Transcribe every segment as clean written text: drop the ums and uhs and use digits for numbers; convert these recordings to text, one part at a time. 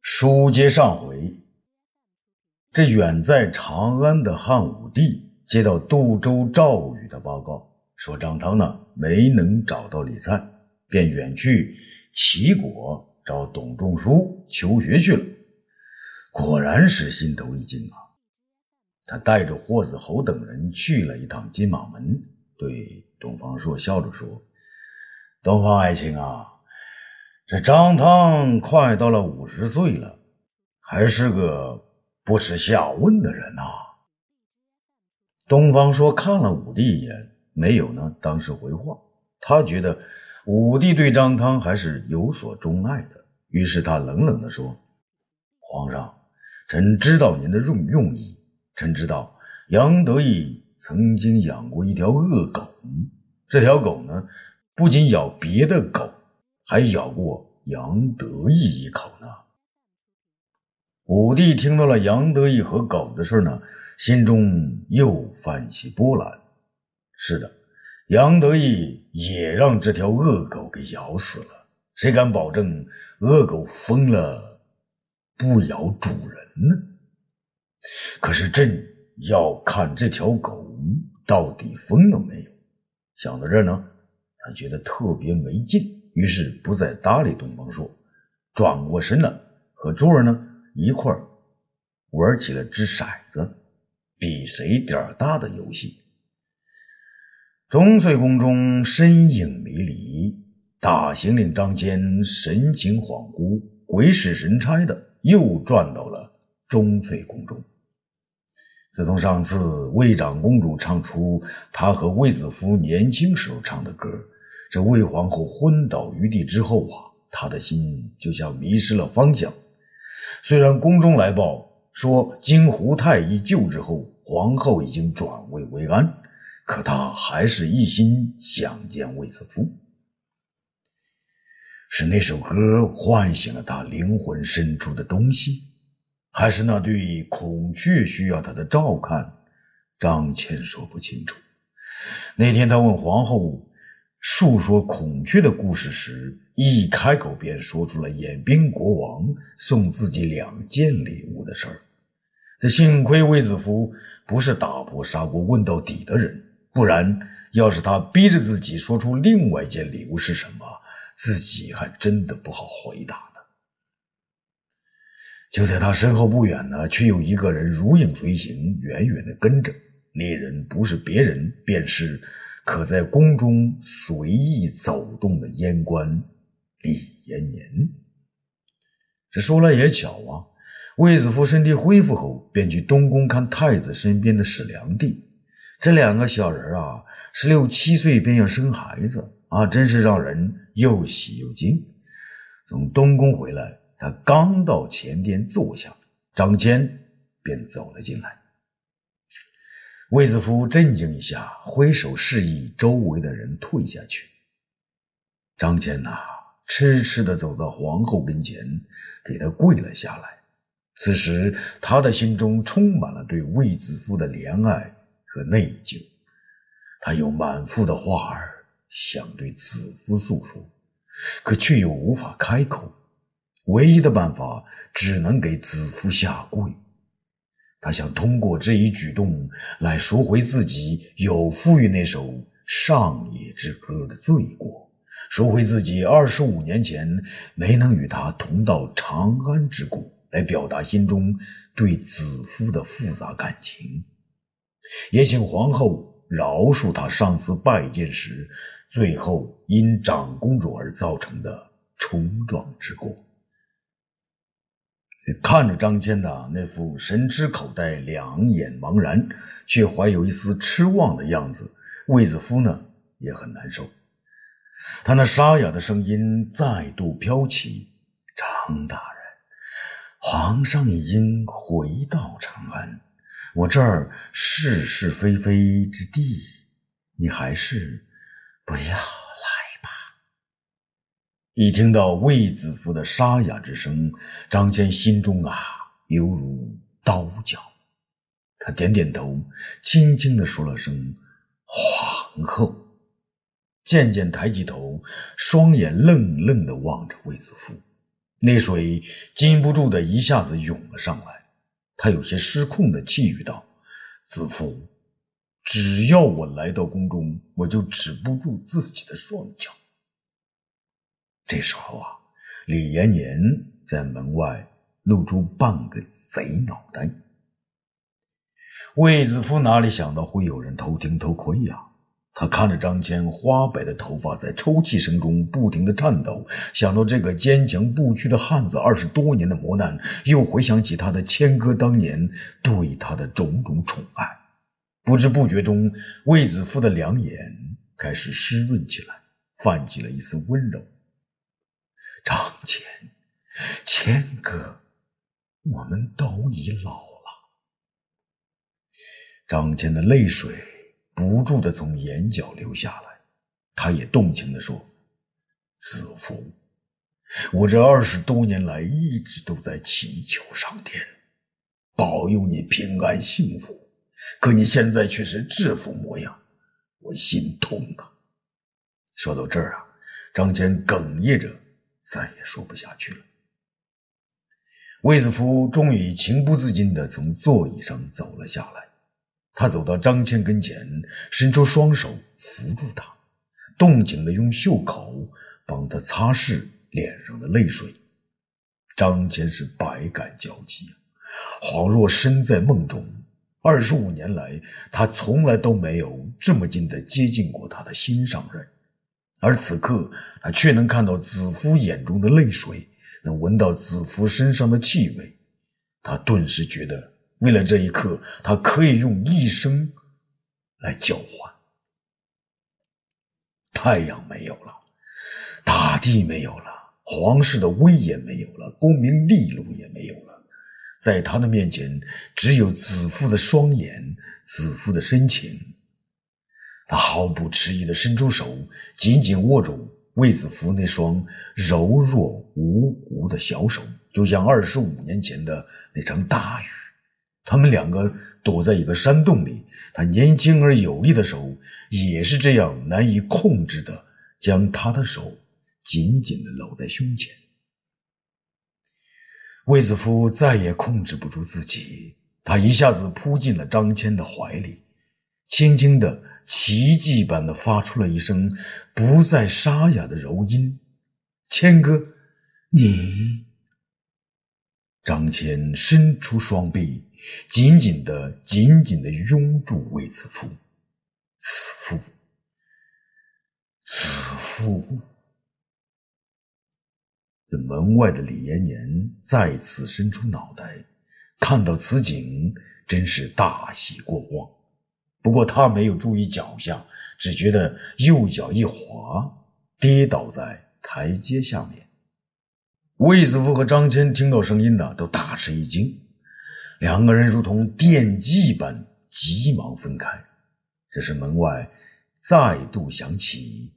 书接上回，这远在长安的汉武帝接到杜州赵宇的报告，说张汤呢没能找到李粲，便远去齐国找董仲舒求学去了。果然是心头一惊啊！他带着霍子侯等人去了一趟金马门，对东方朔笑着说：“东方爱卿啊，这张汤快到了50岁了，还是个不耻下问的人啊。”东方朔看了武帝一眼，没有呢当时回话。他觉得武帝对张汤还是有所钟爱的，于是他冷冷地说：“皇上，臣知道您的用意，臣知道杨得意曾经养过一条恶狗，这条狗呢不仅咬别的狗，还咬过杨得意一口呢。”武帝听到了杨得意和狗的事呢，心中又泛起波澜。是的，杨得意也让这条恶狗给咬死了，谁敢保证恶狗疯了不咬主人呢？可是朕要看这条狗到底疯了没有。想到这儿呢，他觉得特别没劲，于是不再搭理东方朔，转过身了，和珠儿呢一块儿玩起了掷骰子，比谁点大的游戏。钟粹宫中身影迷离，大行令张骞神情恍惚，鬼使神差的又转到了钟粹宫中。自从上次魏长公主唱出她和卫子夫年轻时候唱的歌，这魏皇后昏倒于地之后啊，她的心就像迷失了方向。虽然宫中来报说经胡太医救治后，皇后已经转危为安，可她还是一心想见卫子夫。是那首歌唤醒了她灵魂深处的东西，还是那对孔雀需要她的照看？张骞说不清楚。那天他问皇后述说孔雀的故事时，一开口便说出了衍兵国王送自己2件礼物的事儿。这幸亏卫子夫不是打破砂锅问到底的人，不然要是他逼着自己说出另外一件礼物是什么，自己还真的不好回答呢。就在他身后不远呢，却有一个人如影随形，远远地跟着。那人不是别人，便是可在宫中随意走动的阉官李延年。这说来也巧啊，卫子夫身体恢复后，便去东宫看太子身边的史良娣。这2个小人啊，16、17岁便要生孩子啊，真是让人又喜又惊。从东宫回来，他刚到前殿坐下，张骞便走了进来。卫子夫震惊一下，挥手示意周围的人退下去。张骞痴痴地走到皇后跟前，给她跪了下来。此时他的心中充满了对卫子夫的怜爱和内疚，他有满腹的话儿想对子夫诉说，可却又无法开口，唯一的办法只能给子夫下跪。他想通过这一举动来赎回自己有负于那首上野之歌的罪过，赎回自己25年前没能与他同到长安之故，来表达心中对子夫的复杂感情，也请皇后饶恕他上次拜见时最后因长公主而造成的冲撞之过。看着张骞的那副神痴口呆、两眼茫然却怀有一丝痴望的样子，卫子夫呢也很难受。他那沙哑的声音再度飘起：“张大人，皇上已经回到长安，我这儿是是非非之地，你还是不要来吧。”一听到卫子夫的沙哑之声，张骞心中犹如刀绞。他点点头，轻轻地说了声皇后，渐渐抬起头，双眼愣愣地望着卫子夫。 那水禁不住的一下子涌了上来，他有些失控的气语道：子夫，只要我来到宫中，我就止不住自己的双脚。这时候啊，李延年在门外露出半个贼脑袋。卫子夫哪里想到会有人偷听偷窥呀？他看着张骞花白的头发在抽泣声中不停地颤抖，想到这个坚强不屈的汉子20多年的磨难，又回想起他的谦哥当年对他的种种宠爱，不知不觉中，卫子夫的两眼开始湿润起来，泛起了一丝温柔。张骞，谦哥，我们都已老了。张骞的泪水不住地从眼角流下来，他也动情地说：子夫，我这20多年来一直都在祈求上天保佑你平安幸福，可你现在却是这副模样，我心痛啊。说到这儿啊，张骞哽咽着再也说不下去了。卫子夫终于情不自禁地从座椅上走了下来，他走到张骞跟前，伸出双手扶住他，动情地用袖口帮他擦拭脸上的泪水。张骞是百感交集，恍若身在梦中。25年来，他从来都没有这么近地接近过他的心上人，而此刻他却能看到子夫眼中的泪水，能闻到子夫身上的气味。他顿时觉得为了这一刻，他可以用一生来交换。太阳没有了，大地没有了，皇室的威严没有了，功名利禄也没有了，在他的面前只有子夫的双眼，子夫的深情。他毫不迟疑地伸出手，紧紧握住卫子夫那双柔弱无骨的小手，就像25年前的那场大雨。他们两个躲在一个山洞里，他年轻而有力的手也是这样难以控制的将他的手紧紧地搂在胸前。卫子夫再也控制不住自己，他一下子扑进了张骞的怀里，轻轻地奇迹般地发出了一声不再沙哑的柔音：谦哥，你。张骞伸出双臂，紧紧地拥住卫子夫。子夫。这门外的李延年再次伸出脑袋，看到此景真是大喜过望。不过他没有注意脚下，只觉得右脚一滑，跌倒在台阶下面。卫子夫和张骞听到声音都大吃一惊，两个人如同电击般急忙分开。这时门外再度响起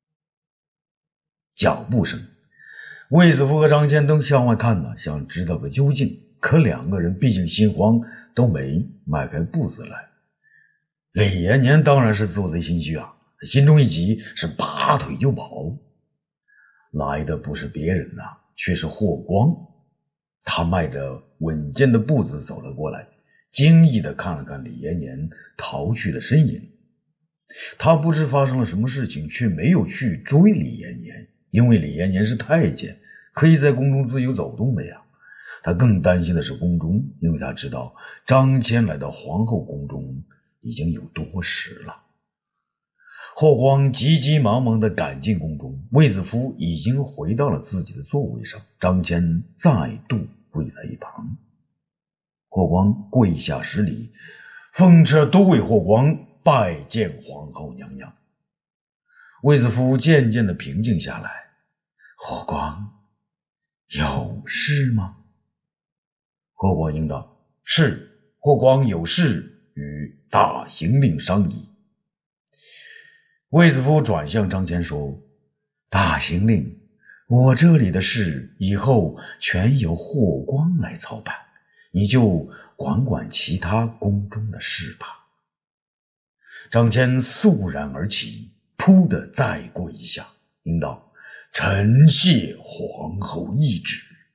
脚步声，卫子夫和张骞都向外看想知道个究竟，可两个人毕竟心慌，都没迈开步子来。李延年当然是做贼心虚啊，心中一急，是拔腿就跑。来的不是别人却是霍光。他迈着稳健的步子走了过来，惊异地看了看李延年逃去的身影。他不知发生了什么事情，却没有去追李延年，因为李延年是太监，可以在宫中自由走动的呀。他更担心的是宫中，因为他知道张骞来到皇后宫中已经有多时了。霍光急急忙忙地赶进宫中，卫子夫已经回到了自己的座位上，张骞再度跪在一旁。霍光跪下施礼，奉车都尉霍光拜见皇后娘娘。卫子夫渐渐地平静下来。霍光，有事吗？霍光应道：是，霍光有事与大行令商议。卫子夫转向张骞说：大行令，我这里的事以后全由霍光来操办，你就管管其他宫中的事吧。张骞肃然而起，扑地再跪一下，应道：臣谢皇后懿旨。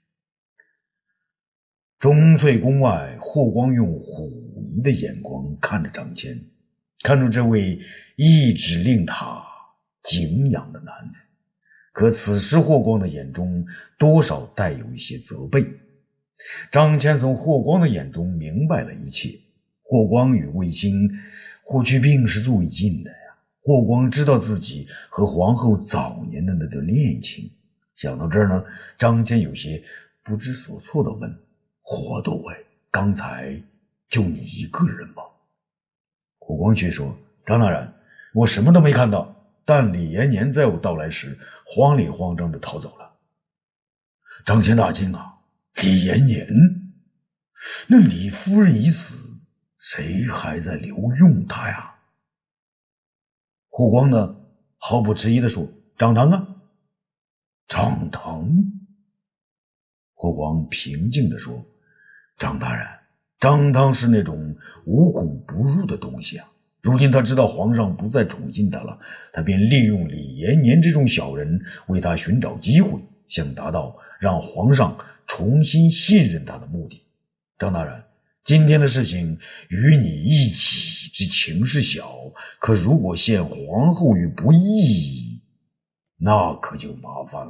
钟粹宫外，霍光用狐疑的眼光看着张骞，看着这位一直令他敬仰的男子。可此时霍光的眼中多少带有一些责备。张骞从霍光的眼中明白了一切。霍光与卫青霍去病是最近的呀。霍光知道自己和皇后早年的那段恋情。想到这儿呢，张骞有些不知所措地问：霍都尉，刚才就你一个人吗？霍光却说：张大人，我什么都没看到，但李延年在我到来时慌里慌张地逃走了。张骞大惊啊，李延年？那李夫人已死，谁还在留用他呀？霍光呢，毫不迟疑地说：张汤啊。张汤？霍光平静地说：张大人，张汤是那种无孔不入的东西啊。如今他知道皇上不再宠信他了，他便利用李延年这种小人为他寻找机会，想达到让皇上重新信任他的目的。张大人，今天的事情与你一起之情是小，可如果陷皇后于不义，那可就麻烦了。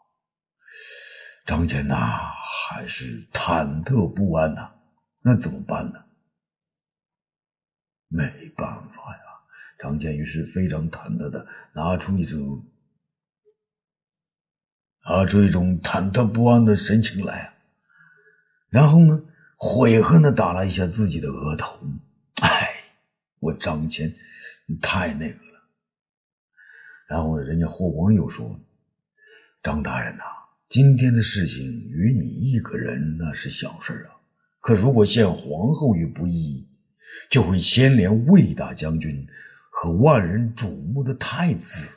张骞还是忐忑不安那怎么办呢？没办法呀。张骞于是非常忐忑的拿出一种忐忑不安的神情来然后呢，悔恨的打了一下自己的额头。我张骞你太那个了。然后人家霍光又说：张大人今天的事情与你一个人那是小事可如果陷皇后于不义，就会牵连魏大将军和万人瞩目的太子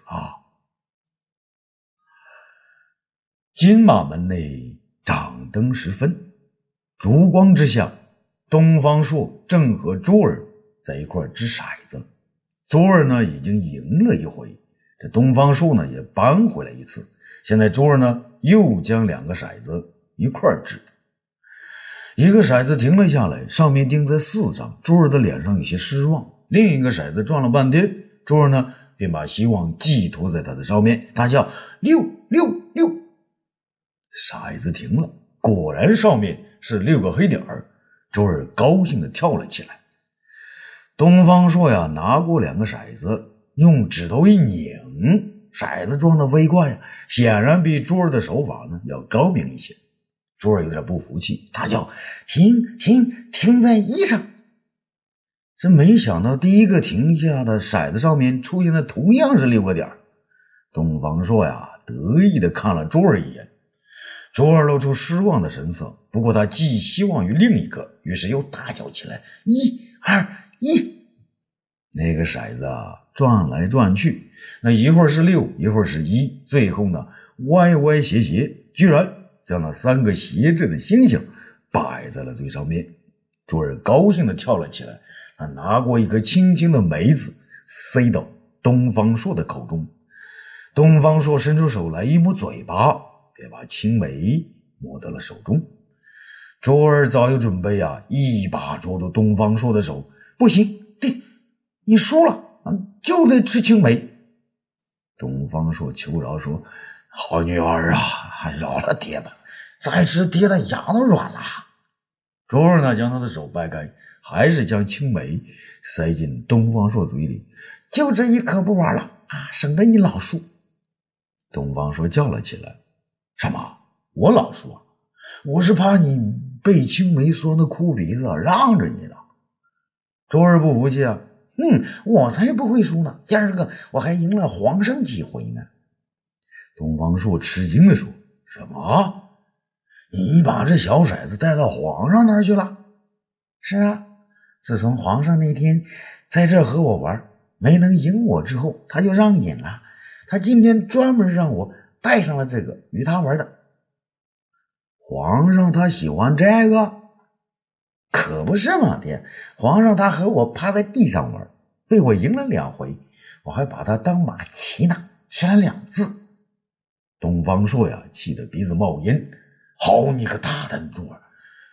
金马门内掌灯时分，烛光之下，东方朔正和卓儿在一块掷骰子。卓儿呢已经赢了一回，这东方朔呢也扳回来一次。现在卓儿呢又将两个骰子一块掷，一个骰子停了下来，上面钉在4上，卓儿的脸上有些失望。另一个骰子转了半天，卓儿呢便把希望寄托在他的上面，大叫6 6 6。骰子停了，果然上面是6个黑点儿。卓儿高兴地跳了起来。东方朔拿过两个骰子，用指头一拧，骰子撞得飞快显然比卓儿的手法呢要高明一些。卓儿有点不服气，他叫停在1上。这没想到第一个停下的骰子上面出现的同样是6个点。东方朔得意地看了卓儿一眼。卓儿露出失望的神色，不过他寄希望于另一个，于是又大叫起来1 2 1。那个骰子转来转去，那一会儿是6，一会儿是1，最后呢歪歪斜斜，居然将那3个斜着的星星摆在了最上面。卓儿高兴地跳了起来，他拿过一颗轻轻的梅子塞到东方朔的口中。东方朔伸出手来一摸嘴巴，便把青梅摸到了手中。卓儿早有准备一把捉住东方朔的手。不行，爹，你输了，就得吃青梅。东方朔求饶说：好女儿饶了爹吧，再吃爹的牙都软了。卓儿呢将他的手掰开，还是将青梅塞进东方朔嘴里。就这一颗不玩了省得你老输。东方朔叫了起来：什么？我老输我是怕你被青梅酸的哭鼻子，让着你了。卓儿不服气我才不会输呢，今儿个我还赢了皇上几回呢。东方朔吃惊地说：什么？你把这小骰子带到皇上那儿去了？是自从皇上那天在这儿和我玩没能赢我之后，他就让瘾了。他今天专门让我带上了这个与他玩的。皇上他喜欢这个？可不是嘛，爹，皇上他和我趴在地上玩，被我赢了2回，我还把他当马骑呢，骑了2次。东方朔气得鼻子冒烟。好你个大胆猪儿，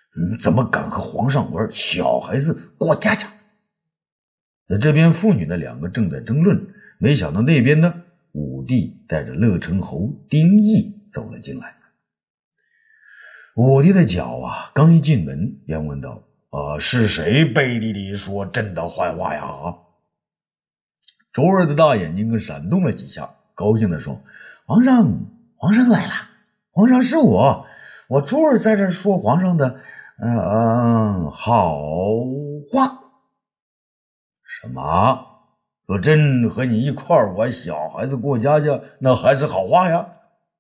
你怎么敢和皇上玩小孩子过家家？那这边妇女的两个正在争论，没想到那边呢，武帝带着乐成侯丁义走了进来。武帝的脚啊，刚一进门，便问道：“是谁背地里说朕的坏话呀？”周儿的大眼睛更闪动了几下，高兴地说：“皇上来了，皇上是我周儿在这说皇上的好话。”什么？说朕和你一块玩小孩子过家家，那还是好话呀？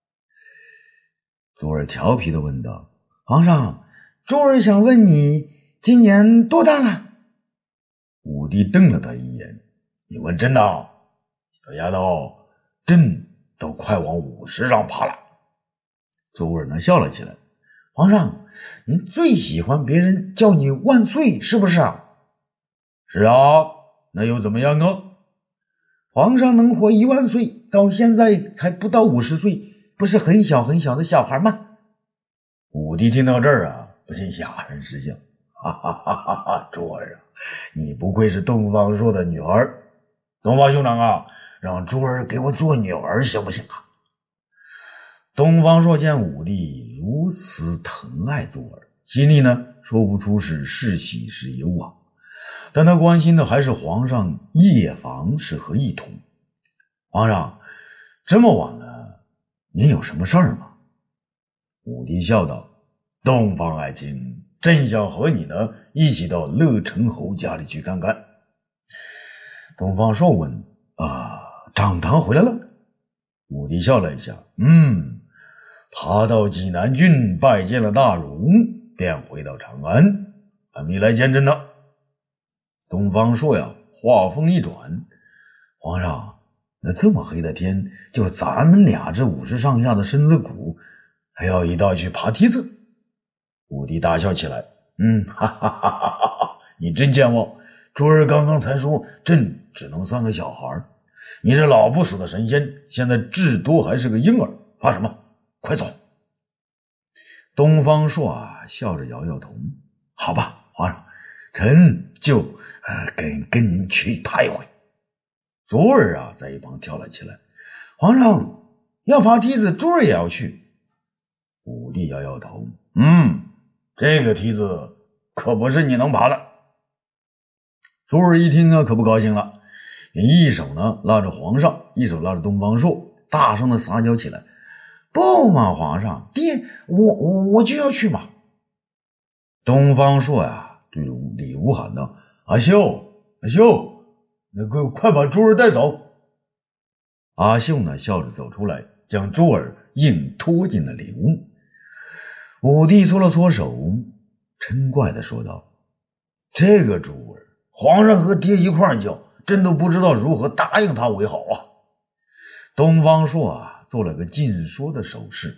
周儿调皮地问道：“皇上，周儿想问你今年多大了？”武帝瞪了他一眼：“你问朕呐？小丫头，朕都快往50上爬了。”周儿呢笑了起来：“皇上，您最喜欢别人叫你万岁，是不是啊？”“是啊，那又怎么样啊？皇上能活1万岁，到现在才不到50岁，不是很小很小的小孩吗？”武帝听到这儿啊，不禁哑然失笑：“哈哈哈哈哈！周儿啊，你不愧是东方朔的女儿。东方兄长啊，让周儿给我做女儿行不行啊？”东方朔见武帝如此疼爱周儿，心里呢说不出是是喜是忧啊，但他关心的还是皇上夜访是何意图。“皇上，这么晚了，您有什么事儿吗？”武帝笑道：“东方爱卿，朕想和你呢一起到乐成侯家里去看看。”东方朔问：“长堂回来了？”武帝笑了一下：“他到济南郡拜见了大儒，便回到长安，还没来见朕呢。”东方朔呀，话锋一转：“皇上，那这么黑的天，就咱们俩这50上下的身子骨，还要一道去爬梯子？”武帝大笑起来：“哈哈哈哈哈！你真健忘，周儿刚刚才说朕只能算个小孩，你这老不死的神仙，现在至多还是个婴儿，怕什么？快走！”东方朔啊，笑着摇摇头：“好吧，皇上，臣就跟您去爬一回。”周儿啊，在一旁跳了起来：“皇上要爬梯子，周儿也要去。”武帝摇摇头：“这个梯子可不是你能爬的。”周儿一听啊，可不高兴了，一手呢拉着皇上，一手拉着东方朔，大声的撒娇起来：“不嘛，皇上，爹，我就要去嘛！”东方朔呀，对着里屋喊道：“阿秀，那个快把周儿带走！”阿秀呢，笑着走出来，将周儿硬拖进了里屋。武帝搓了搓手，嗔怪地说道：“这个周儿，皇上和爹一块叫，朕都不知道如何答应他为好啊！”东方朔啊，做了个禁说的手势：“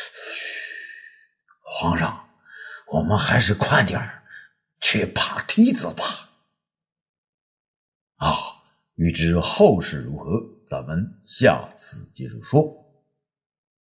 皇上，我们还是快点去爬梯子吧。”欲知后事如何，咱们下次接着说。